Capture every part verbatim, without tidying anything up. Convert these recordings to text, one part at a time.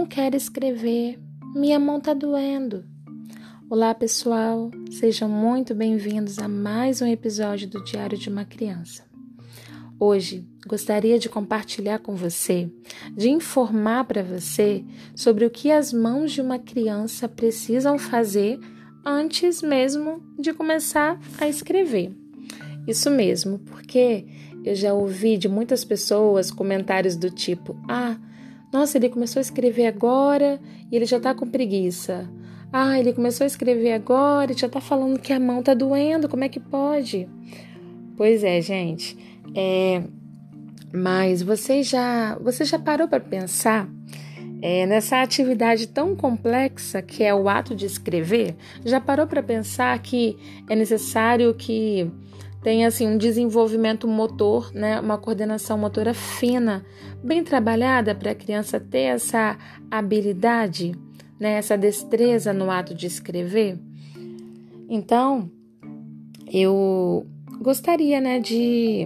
não quero escrever, minha mão tá doendo. Olá pessoal, sejam muito bem-vindos a mais um episódio do Diário de uma Criança. Hoje gostaria de compartilhar com você, de informar para você sobre o que as mãos de uma criança precisam fazer antes mesmo de começar a escrever. Isso mesmo, porque eu já ouvi de muitas pessoas comentários do tipo: ah, nossa, ele começou a escrever agora e ele já tá com preguiça. Ah, ele começou a escrever agora e já tá falando que a mão tá doendo, como é que pode? Pois é, gente, é... mas você já, você já parou para pensar é, nessa atividade tão complexa que é o ato de escrever? Já parou para pensar que é necessário que tenha assim, um desenvolvimento motor, né, uma coordenação motora fina, bem trabalhada para a criança ter essa habilidade, né, essa destreza no ato de escrever? Então, eu gostaria, né, de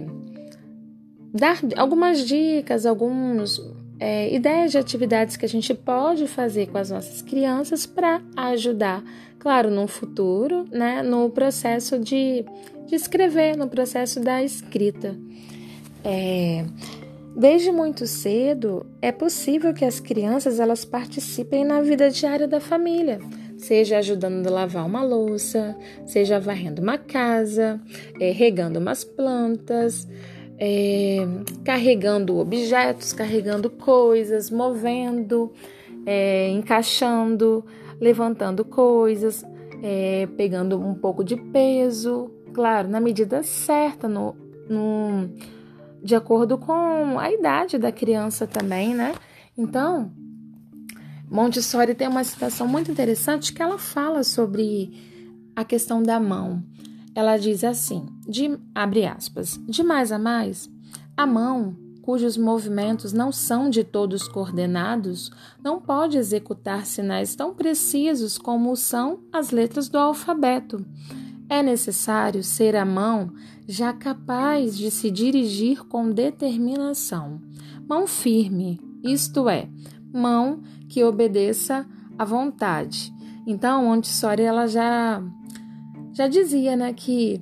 dar algumas dicas, algumas é, ideias de atividades que a gente pode fazer com as nossas crianças para ajudar, claro, no futuro, né, no processo de, de escrever, no processo da escrita. É, desde muito cedo, é possível que as crianças elas participem na vida diária da família, seja ajudando a lavar uma louça, seja varrendo uma casa, é, regando umas plantas, É, carregando objetos, carregando coisas, movendo, é, encaixando, levantando coisas, é, pegando um pouco de peso, claro, na medida certa, no, no, de acordo com a idade da criança também, né? Então, Montessori tem uma citação muito interessante que ela fala sobre a questão da mão. Ela diz assim, de, abre aspas, de mais a mais, a mão, cujos movimentos não são de todos coordenados, não pode executar sinais tão precisos como são as letras do alfabeto. É necessário ser a mão já capaz de se dirigir com determinação. Mão firme, isto é, mão que obedeça à vontade. Então, Montessori, ela já... Já dizia, né, que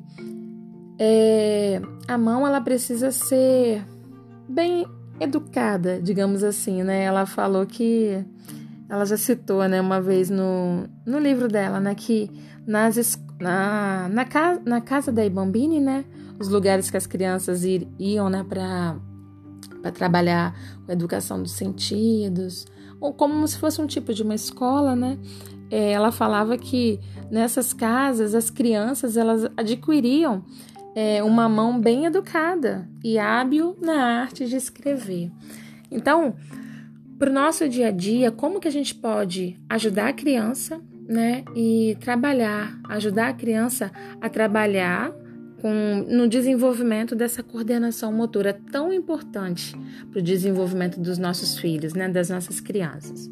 é, a mão ela precisa ser bem educada, digamos assim, né? Ela falou que, ela já citou, né, uma vez no, no livro dela, né, que nas, na, na, casa, na casa da Bambini, né, os lugares que as crianças ir, iam, né, para para trabalhar com a educação dos sentidos, ou como se fosse um tipo de uma escola, né? É, ela falava que nessas casas as crianças elas adquiriam é, uma mão bem educada e hábil na arte de escrever. Então, para o nosso dia a dia, como que a gente pode ajudar a criança, né, e trabalhar, ajudar a criança a trabalhar com, no desenvolvimento dessa coordenação motora tão importante para o desenvolvimento dos nossos filhos, né, das nossas crianças.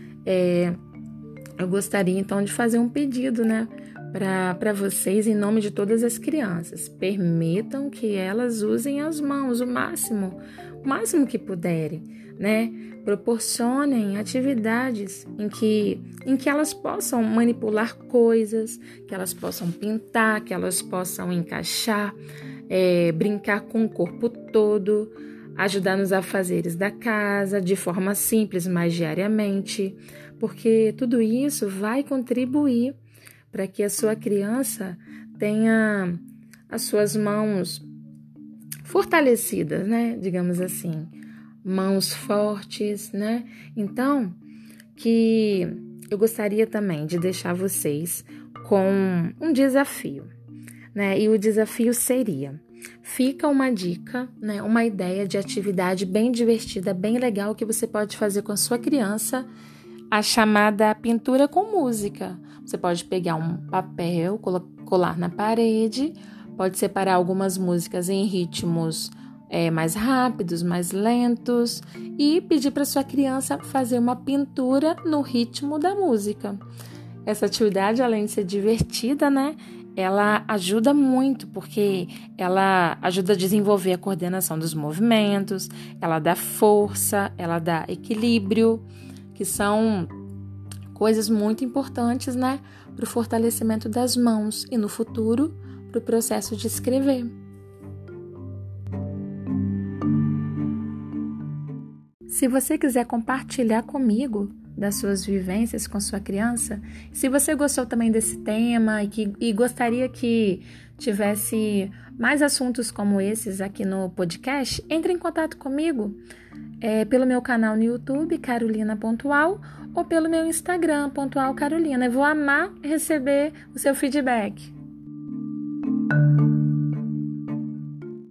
É, Eu gostaria, então, de fazer um pedido, né, para vocês, em nome de todas as crianças. Permitam que elas usem as mãos o máximo, o máximo que puderem, né? Proporcionem atividades em que, em que elas possam manipular coisas, que elas possam pintar, que elas possam encaixar, é, brincar com o corpo todo, ajudar nos afazeres da casa, de forma simples, mas diariamente, porque tudo isso vai contribuir para que a sua criança tenha as suas mãos fortalecidas, né? Digamos assim, mãos fortes, né? Então, que eu gostaria também de deixar vocês com um desafio, né? E o desafio seria: fica uma dica, né? Uma ideia de atividade bem divertida, bem legal que você pode fazer com a sua criança, a chamada pintura com música. Você pode pegar um papel, colar na parede, pode separar algumas músicas em ritmos é, mais rápidos, mais lentos e pedir para sua criança fazer uma pintura no ritmo da música. Essa atividade, além de ser divertida, né, ela ajuda muito, porque ela ajuda a desenvolver a coordenação dos movimentos, ela dá força, ela dá equilíbrio, que que são coisas muito importantes, né, para o fortalecimento das mãos e no futuro para o processo de escrever. Se você quiser compartilhar comigo das suas vivências com sua criança, se você gostou também desse tema e, que, e gostaria que tivesse mais assuntos como esses aqui no podcast, entre em contato comigo é, pelo meu canal no YouTube, Carolina Pontual, ou pelo meu Instagram, Pontual Carolina. Eu vou amar receber o seu feedback.